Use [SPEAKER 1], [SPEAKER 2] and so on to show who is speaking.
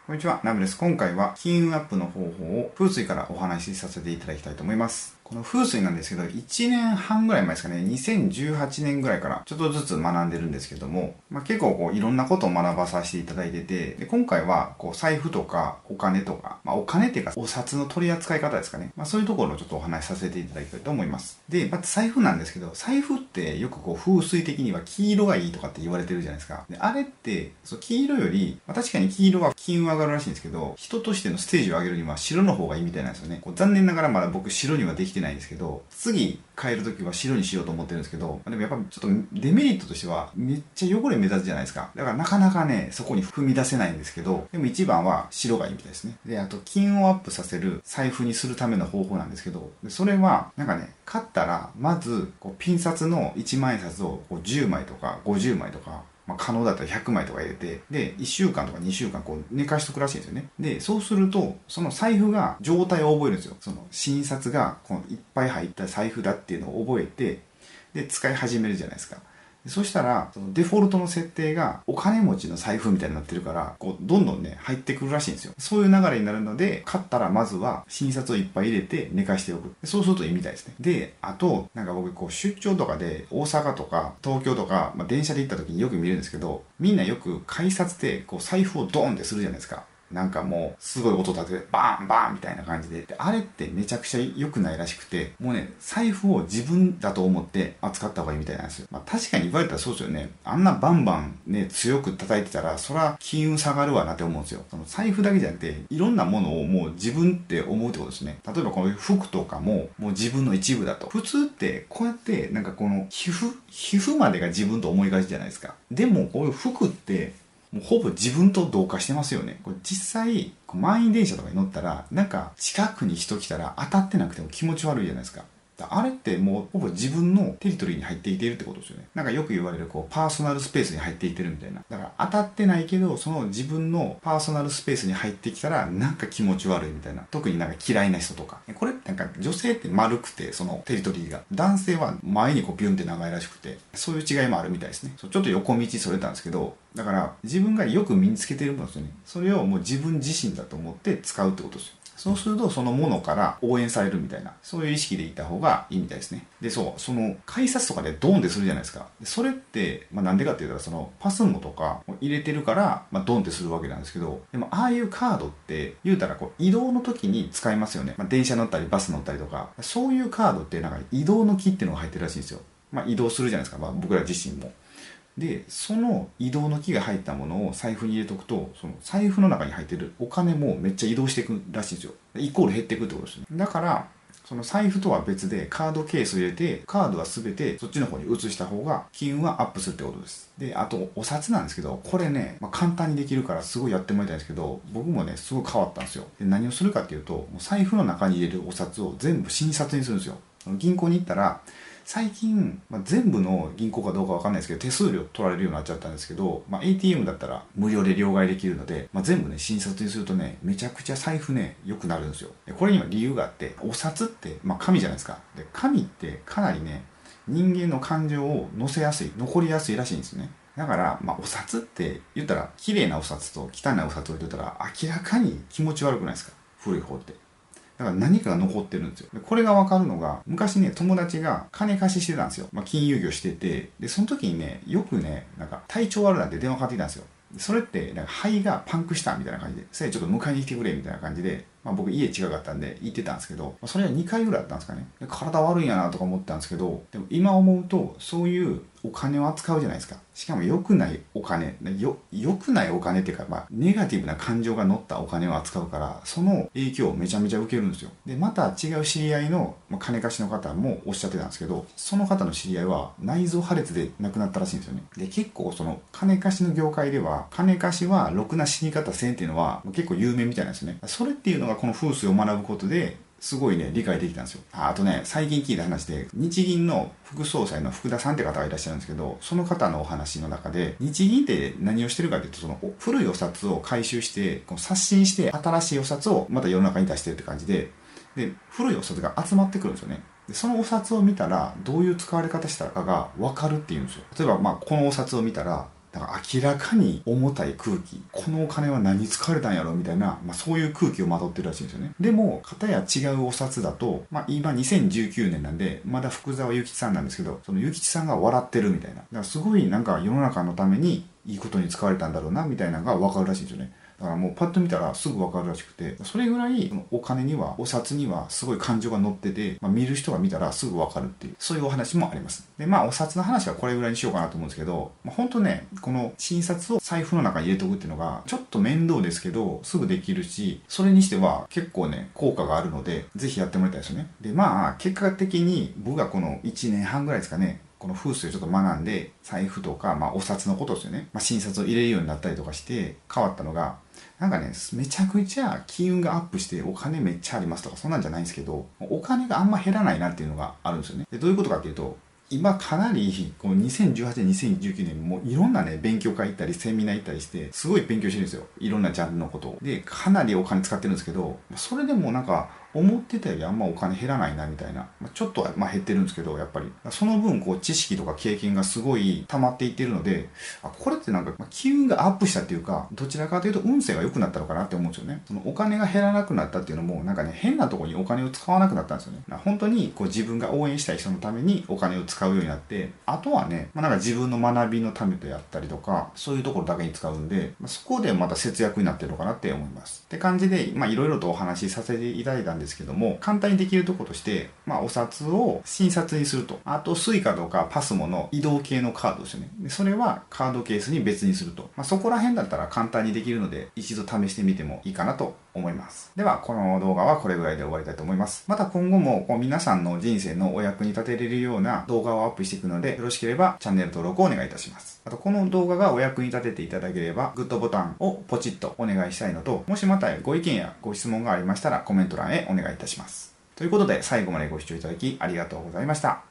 [SPEAKER 1] こんにちは、ナムです。今回は金運アップの方法を風水からお話しさせていただきたいと思います。この風水なんですけど、1年半ぐらい前ですかね、2018年ぐらいからちょっとずつ学んでるんですけども、結構いろんなことを学ばさせていただいてて、で今回は財布とかお金とか、お金っていうかお札の取り扱い方ですかね。そういうところをちょっとお話しさせていただきたいと思います。で、まず財布なんですけど、財布ってよく風水的には黄色がいいとかって言われてるじゃないですか。であれって、黄色より、確かに黄色は金運上がるらしいんですけど、人としてのステージを上げるには白の方がいいみたいなんですよね。残念ながらまだ僕白にはできてないんですけど、次変えるときは白にしようと思ってるんですけど、でもやっぱちょっとデメリットとしてはめっちゃ汚れ目立つじゃないですか。だからなかなかね、そこに踏み出せないんですけど、でも一番は白がいいみたいですね。で、あと金運をアップさせる財布にするための方法なんですけど、それは買ったらまずピン札の1万円札を10枚とか50枚とか、可能だったら100枚とか入れて、で、1週間とか2週間寝かしとくらしいんですよね。で、そうすると、その財布が状態を覚えるんですよ。その新札がいっぱい入った財布だっていうのを覚えて、で、使い始めるじゃないですか。そしたら、そのデフォルトの設定がお金持ちの財布みたいになってるから、どんどんね、入ってくるらしいんですよ。そういう流れになるので、買ったらまずは新札をいっぱい入れて寝かしておく。そうするといいみたいですね。で、あと、僕出張とかで大阪とか東京とか、電車で行った時によく見るんですけど、みんなよく改札で財布をドーンってするじゃないですか。もう、すごい音立てて、バーンバーンみたいな感じで。あれってめちゃくちゃ良くないらしくて、もうね、財布を自分だと思って扱った方がいいみたいなんですよ。確かに言われたらそうですよね。あんなバンバンね、強く叩いてたら、そら金運下がるわなって思うんですよ。その財布だけじゃなくて、いろんなものをもう自分って思うってことですね。例えばこういう服とかも、もう自分の一部だと。普通って、こうやって、皮膚までが自分と思いがちじゃないですか。でも、こういう服って、もうほぼ自分と同化してますよね。これ実際、満員電車とかに乗ったら、近くに人来たら当たってなくても気持ち悪いじゃないですか。あれってもうほぼ自分のテリトリーに入っていているってことですよね。よく言われるパーソナルスペースに入っていってるみたいな。だから当たってないけど、その自分のパーソナルスペースに入ってきたら気持ち悪いみたいな。特に嫌いな人とか。これって女性って丸くて、そのテリトリーが。男性は前にビュンって長いらしくて、そういう違いもあるみたいですね。ちょっと横道それたんですけど、だから自分がよく身につけてるものですよね。それをもう自分自身だと思って使うってことですよ。そうするとそのものから応援されるみたいな、そういう意識でいた方がいいみたいですね。で、その改札とかでドーンってするじゃないですか。それって、なんでかって言ったら、そのパスモとかを入れてるから、ドンってするわけなんですけど、でもああいうカードって言うたら移動の時に使いますよね。電車乗ったりバス乗ったりとか、そういうカードって移動の木っていうのが入ってるらしいんですよ。移動するじゃないですか。僕ら自身も。で、その移動の木が入ったものを財布に入れとくと、その財布の中に入ってるお金もめっちゃ移動していくらしいんですよ。イコール減っていくってことですね。だから、その財布とは別でカードケースを入れて、カードは全てそっちの方に移した方が金運はアップするってことです。で、あとお札なんですけど、これね、簡単にできるからすごいやってもらいたいんですけど、僕もね、すごい変わったんですよ。で、何をするかっていうと、もう財布の中に入れるお札を全部新札にするんですよ。銀行に行ったら、最近、全部の銀行かどうかわかんないですけど、手数料取られるようになっちゃったんですけど、ATM だったら無料で両替できるので、全部ね、新札にするとね、めちゃくちゃ財布ね、良くなるんですよ。でこれには理由があって、お札って、紙じゃないですか。で、紙ってかなりね、人間の感情を乗せやすい、残りやすいらしいんですね。だから、お札って言ったら、綺麗なお札と汚いお札を言ったら、明らかに気持ち悪くないですか？古い方って。だから何かが残ってるんですよ。でこれがわかるのが、昔ね、友達が金貸ししてたんですよ。金融業してて、で、その時にね、よくね、体調悪いなんて電話かかってきたんですよ。それって、肺がパンクしたみたいな感じで、それちょっと迎えに来てくれみたいな感じで、僕家近かったんで行ってたんですけど、それは2回ぐらいあったんですかね。で体悪いんやなとか思ったんですけど、でも今思うと、そういうお金を扱うじゃないですか。しかも良くないお金、良くないお金っていうか、ネガティブな感情が乗ったお金を扱うから、その影響をめちゃめちゃ受けるんですよ。で、また違う知り合いの金貸しの方もおっしゃってたんですけど、その方の知り合いは内臓破裂で亡くなったらしいんですよね。で、結構その金貸しの業界では、金貸しはろくな死に方せんっていうのは結構有名みたいなんですね。それっていうのがこの風水を学ぶことですごいね、理解できたんですよ。あとね、最近聞いた話で、日銀の副総裁の福田さんって方がいらっしゃるんですけど、その方のお話の中で、日銀って何をしてるかというと、その古いお札を回収して、刷新して、新しいお札をまた世の中に出してるって感じで、で、古いお札が集まってくるんですよね。でそのお札を見たら、どういう使われ方したかが分かるっていうんですよ。例えば、このお札を見たら、 だから明らかに重たい空気、このお金は何に使われたんやろみたいな、そういう空気をまとってるらしいんですよね。でも、片や違うお札だと、今2019年なんで、まだ福沢諭吉さんなんですけど、その諭吉さんが笑ってるみたいな。だからすごいなんか世の中のためにいいことに使われたんだろうな、みたいなのがわかるらしいんですよね。だからもうパッと見たらすぐわかるらしくて、それぐらいお金には、お札にはすごい感情が乗ってて、見る人が見たらすぐわかるっていう、そういうお話もあります。で、お札の話はこれぐらいにしようかなと思うんですけど、ほんとね、この新札を財布の中に入れておくっていうのが、ちょっと面倒ですけど、すぐできるし、それにしては結構ね、効果があるので、ぜひやってもらいたいですよね。で、結果的に僕がこの1年半ぐらいですかね、この風水をちょっと学んで、財布とか、お札のことですよね。新札を入れるようになったりとかして変わったのが、なんかね、めちゃくちゃ金運がアップしてお金めっちゃありますとかそんなんじゃないんですけど、お金があんま減らないなっていうのがあるんですよね。で、どういうことかっていうと、今かなり、この2018年、2019年もいろんなね、勉強会行ったり、セミナー行ったりして、すごい勉強してるんですよ。いろんなジャンルのことを。で、かなりお金使ってるんですけど、それでもなんか、思ってたよりあんまお金減らないなみたいな。ちょっとは減ってるんですけど、やっぱり。その分、知識とか経験がすごい溜まっていってるので、これってなんか、機運がアップしたっていうか、どちらかというと運勢が良くなったのかなって思うんですよね。そのお金が減らなくなったっていうのも、なんかね、変なところにお金を使わなくなったんですよね。本当に自分が応援したい人のためにお金を使うようになって、あとはね、なんか自分の学びのためとやったりとか、そういうところだけに使うんで、そこでまた節約になってるのかなって思います。って感じで、いろいろとお話しさせていただいたんですけども、簡単にできるところとして、お札を新札にすると。あと、スイカとかパスモの移動系のカードですよね。でそれはカードケースに別にすると。そこら辺だったら簡単にできるので、一度試してみてもいいかなと思います。では、この動画はこれぐらいで終わりたいと思います。また今後も皆さんの人生のお役に立てれるような動画をアップしていくので、よろしければチャンネル登録をお願いいたします。あと、この動画がお役に立てていただければ、グッドボタンをポチッとお願いしたいのと、もしまたご意見やご質問がありましたらコメント欄へお願いいたします。ということで、最後までご視聴いただきありがとうございました。